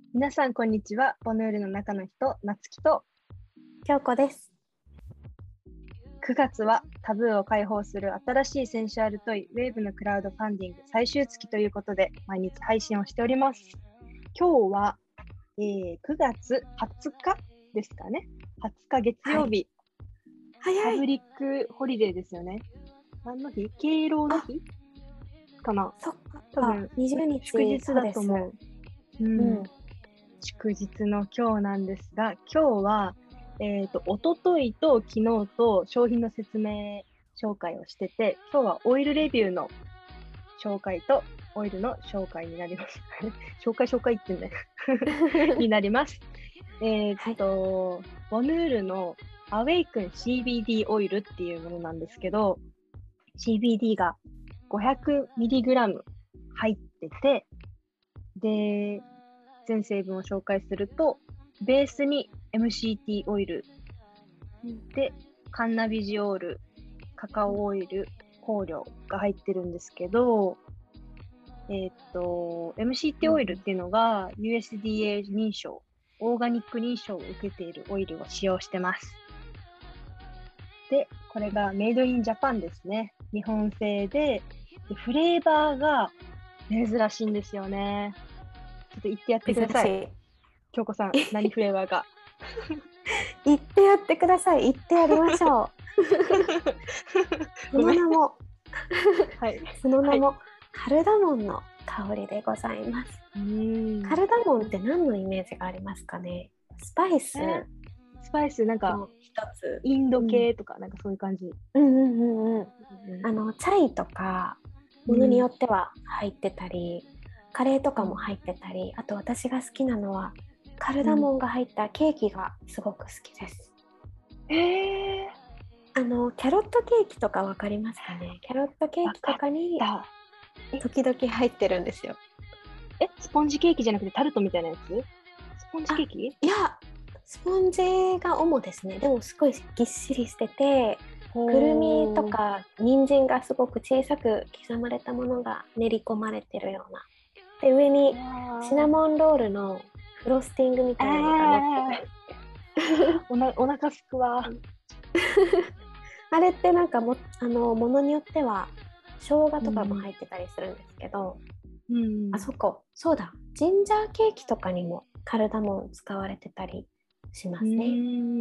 皆さんこんにちは。ボヌールの中の人、なつきと京子です。 9月はタブーを解放する新しいセンシュアルトイ、ウェーブのクラウドファンディング最終月ということで毎日配信をしております。今日は、9月20日ですかね。20日月曜日。パブリックホリデーですよね。何の日？敬老の日かな。 そっか、 多分 20日祝日だと思う。祝日の今日なんですが、今日は、おとといと昨日と商品の説明紹介をしてて、今日はオイルレビューの紹介とオイルの紹介になります。紹介ってねになります。ボヌールのアウェイクン CBD オイルっていうものなんですけど、CBD が 500mg 入ってて、で、全成分を紹介すると、ベースに MCT オイルで、カンナビジオール、カカオオイル、香料が入ってるんですけど、MCT オイルっていうのが USDA 認証、オーガニック認証を受けているオイルを使用してます。で、これがメイドインジャパンですね。日本製で、フレーバーが珍しいんですよね。ちょっと言ってやってください。京子さん、何フレーバーか。 言ってやってください。言ってやりましょう。その名も、 はい、 その名も、カルダモンの香りでございます。カルダモンって何のイメージがありますかね？スパイス、 なんか一つ、 インド系とか、なんかそういう感じ。 チャイとかものによっては入ってたり、カレーとかも入ってたり、あと私が好きなのはカルダモンが入ったケーキがすごく好きです。キャロットケーキとかわかりますかね？キャロットケーキとかに時々入ってるんですよ。 スポンジケーキじゃなくてタルトみたいなやつ？スポンジケーキ？ いや、スポンジが主ですね。でもすごいぎっしりしてて、くるみとか人参がすごく小さく刻まれたものが練り込まれてるような。で、上にシナモンロールのフロスティングみたいなのが乗ってたり。 お腹すくわ。 あれってなんかものによっては生姜とかも入ってたりするんですけど、そうだ、ジンジャーケーキとかにもカルダモン使われてたりしますね。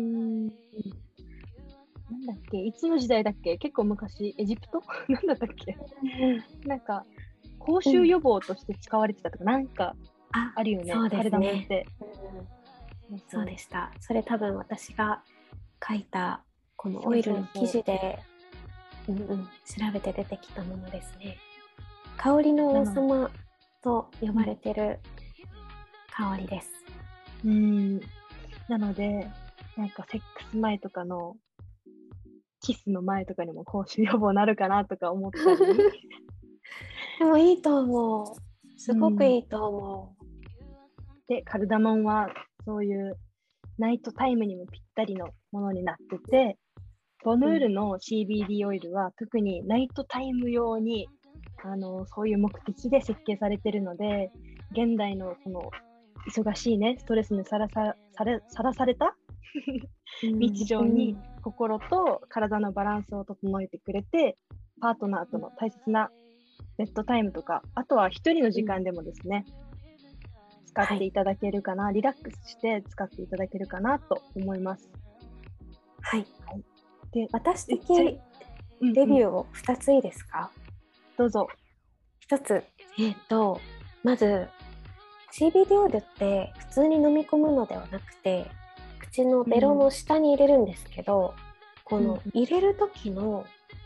なんだっけ、いつの時代だっけ？結構昔、エジプトなんだったっけ？なんか口臭予防として使われてたとか、なんかあるよね。 そうですね。 カルダモンって。 そうでした。それ多分私が書いたこのオイルの記事で調べて出てきたものですね。香りの王様と呼ばれてる香りです。 なので、なんかセックス前とかのキスの前とかにも口臭予防になるかなとか思ったり。 でもいいと思う。すごくいいと思う。 で、カルダモンはそういうナイトタイムにもぴったりのものになってて、ボヌールの CBD オイルは特にナイトタイム用にそういう目的で設計されているので、現代のこの忙しいね、ストレスにさらされた日常に心と体のバランスを整えてくれて、パートナーとの大切なベッドタイムとか、あとは一人の時間でもですね、使っていただけるかな、リラックスして使っていただけるかなと思います。 はい。で、私的レビューを2ついいですか？ どうぞ。 1つ、まず CBD オイルって普通に飲み込むのではなくて、口のベロの下に入れるんですけど、この入れる時の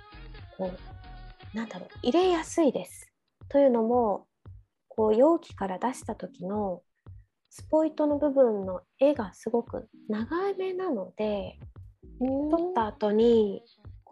入れやすいです。というのも、容器から出した時のスポイトの部分の絵がすごく長めなので、取った後に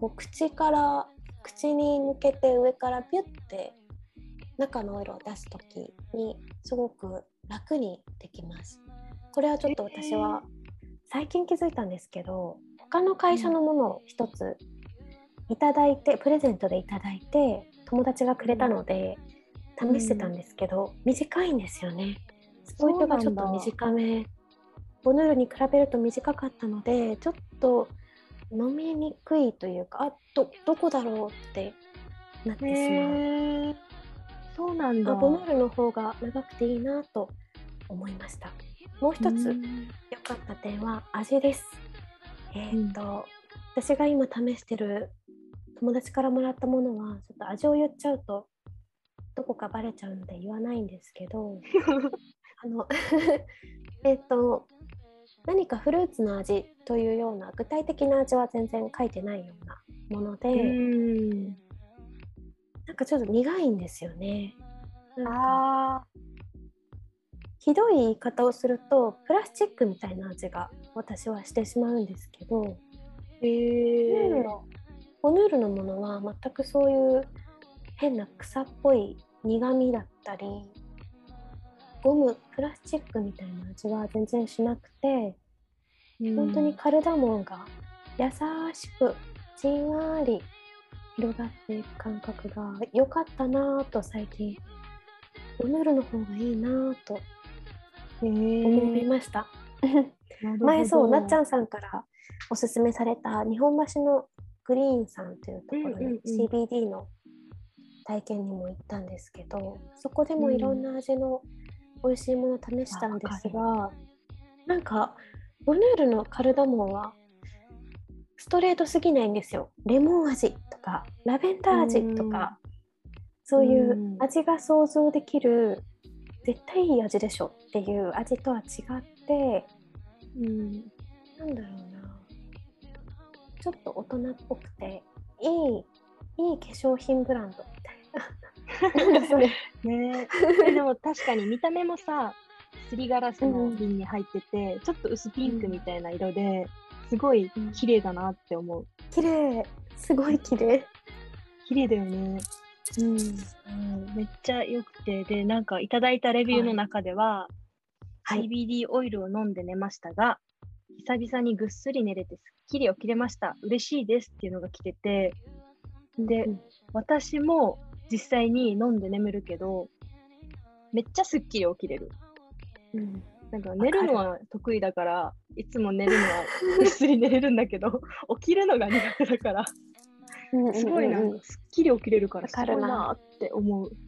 口に向けて上からピュッて中のオイルを出す時にすごく楽にできます。これはちょっと私は最近気づいたんですけど、他の会社のものを一ついただいて、プレゼントでいただいて友達がくれたので試してたんですけど、短いんですよね。 スポイトがちょっと短め、ボヌールに比べると短かったので、ちょっと飲みにくいというか、どこだろうってなってしまう。 そうなんだ。 ボヌールの方が長くていいなと思いました。もう一つ良かった点は味です。私が今試してる友達からもらったものは、ちょっと味を言っちゃうとどこかバレちゃうので言わないんですけど何かフルーツの味というような具体的な味は全然書いてないようなもので、なんかちょっと苦いんですよね。なんかひどい言い方をするとプラスチックみたいな味が私はしてしまうんですけど、ボヌールのものは全くそういう変な草っぽい苦味だったりゴム、プラスチックみたいな味は全然しなくて、本当にカルダモンが優しくじんわり広がっていく感覚が良かったなぁと最近ボヌールの方がいいなぁと思いました。前なっちゃんさんからおすすめされた日本橋のグリーンさんというところに CBD の体験にも行ったんですけど、そこでもいろんな味の美味しいものを試したんですが、なんかボヌールのカルダモンはストレートすぎないんですよ。レモン味とかラベンダー味とか、そういう味が想像できる絶対いい味でしょっていう味とは違って、なんだろうな、ちょっと大人っぽくていい化粧品ブランドみたいな。なんだそれね。でも確かに見た目もさ、すりガラスの瓶に入ってて、ちょっと薄ピンクみたいな色ですごい綺麗だなって思う。 綺麗、すごい綺麗。 綺麗だよね。めっちゃ良くて、でなんかいただいたレビューの中では、CBD オイルを飲んで寝ましたが、久々にぐっすり寝れてすっきり起きれました。嬉しいですっていうのが来てて、で、私も実際に飲んで眠るけど、めっちゃすっきり起きれる。なんか寝るのは得意だから、いつも寝るのはぐっすり寝れるんだけど、起きるのが苦手だから、すごいなんかすっきり起きれるからすごいなって思う。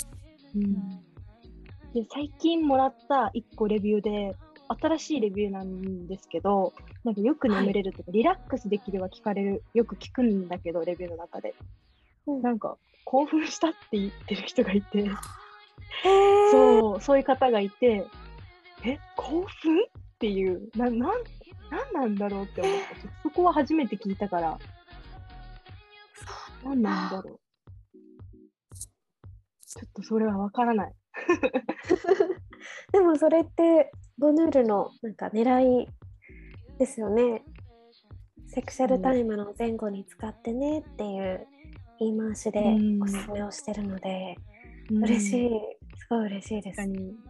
で、最近もらった1個レビューで、新しいレビューなんですけど、なんかよく眠れるとか、リラックスできるはよく聞くんだけど、レビューの中で。なんか、興奮したって言ってる人がいて、そういう方がいて、興奮っていう、なんなんだろうって思った。そこは初めて聞いたから、なんなんだろう。ちょっとそれはわからない。 でもそれってボヌールのなんか狙いですよね。セクシャルタイムの前後に使ってねっていう言い回しでおすすめをしてるので、嬉しい、すごい嬉しいです。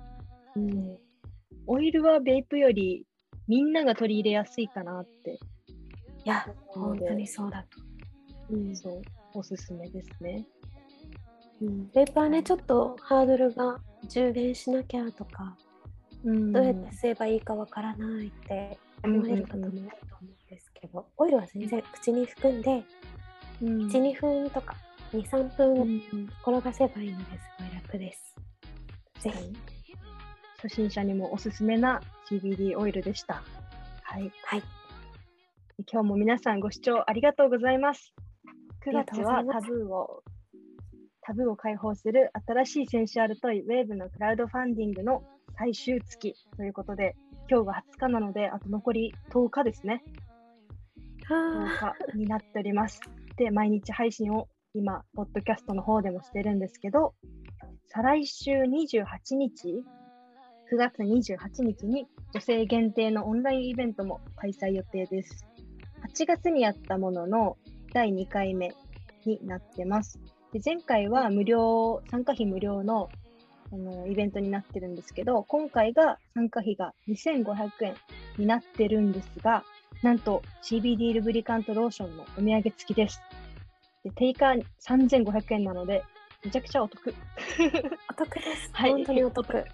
オイルはベイプよりみんなが取り入れやすいかなって。 いや、本当にそうだと。 そう、おすすめですね。 ベイプはね、ちょっとハードルが充電しなきゃとか、どうやって吸えばいいかわからないって思われる方も多いと思うんですけど、オイルは全然口に含んで、1、2分とか2、3分転がせばいいのですごい楽です。ぜひ。 初心者にもおすすめな CBD オイルでした。はい。今日も皆さんご視聴ありがとうございます。9月はタブーを解放する新しいセンシュアルトイウェーブのクラウドファンディングの最終月ということで、今日が20日なので、あと残り10日ですね。10日になっております。で、毎日配信を今、ポッドキャストの方でもしてるんですけど、再来週28日、9月28日に女性限定のオンラインイベントも開催予定です。8月にやったものの第2回目になってます。で、前回は参加費無料のイベントになってるんですけど、今回が参加費が2500円になってるんですが、なんと CBD ルブリカントローションのお土産付きです。で、定価3500円なので、めちゃくちゃお得。 お得です。本当にお得。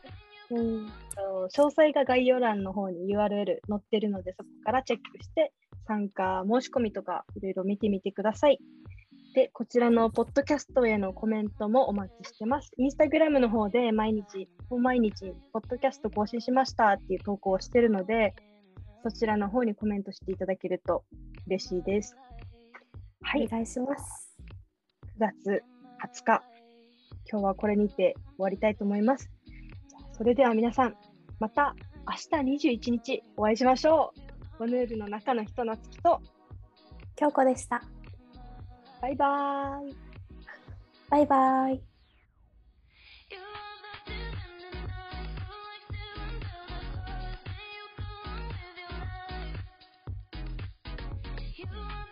うん、 詳細が概要欄の方に URL 載ってるので、そこからチェックして参加、申し込みとかいろいろ見てみてください。で、こちらのポッドキャストへのコメントもお待ちしてます。インスタグラムの方で毎日、ポッドキャスト更新しましたっていう投稿をしてるので、そちらの方にコメントしていただけると嬉しいです。はい。 お願いします。 9月20日、今日はこれにて終わりたいと思います。それでは皆さん、また明日21日お会いしましょう。ボヌールの中の人なつきと、 京子でした。 バイバーイ。 バイバイ。 You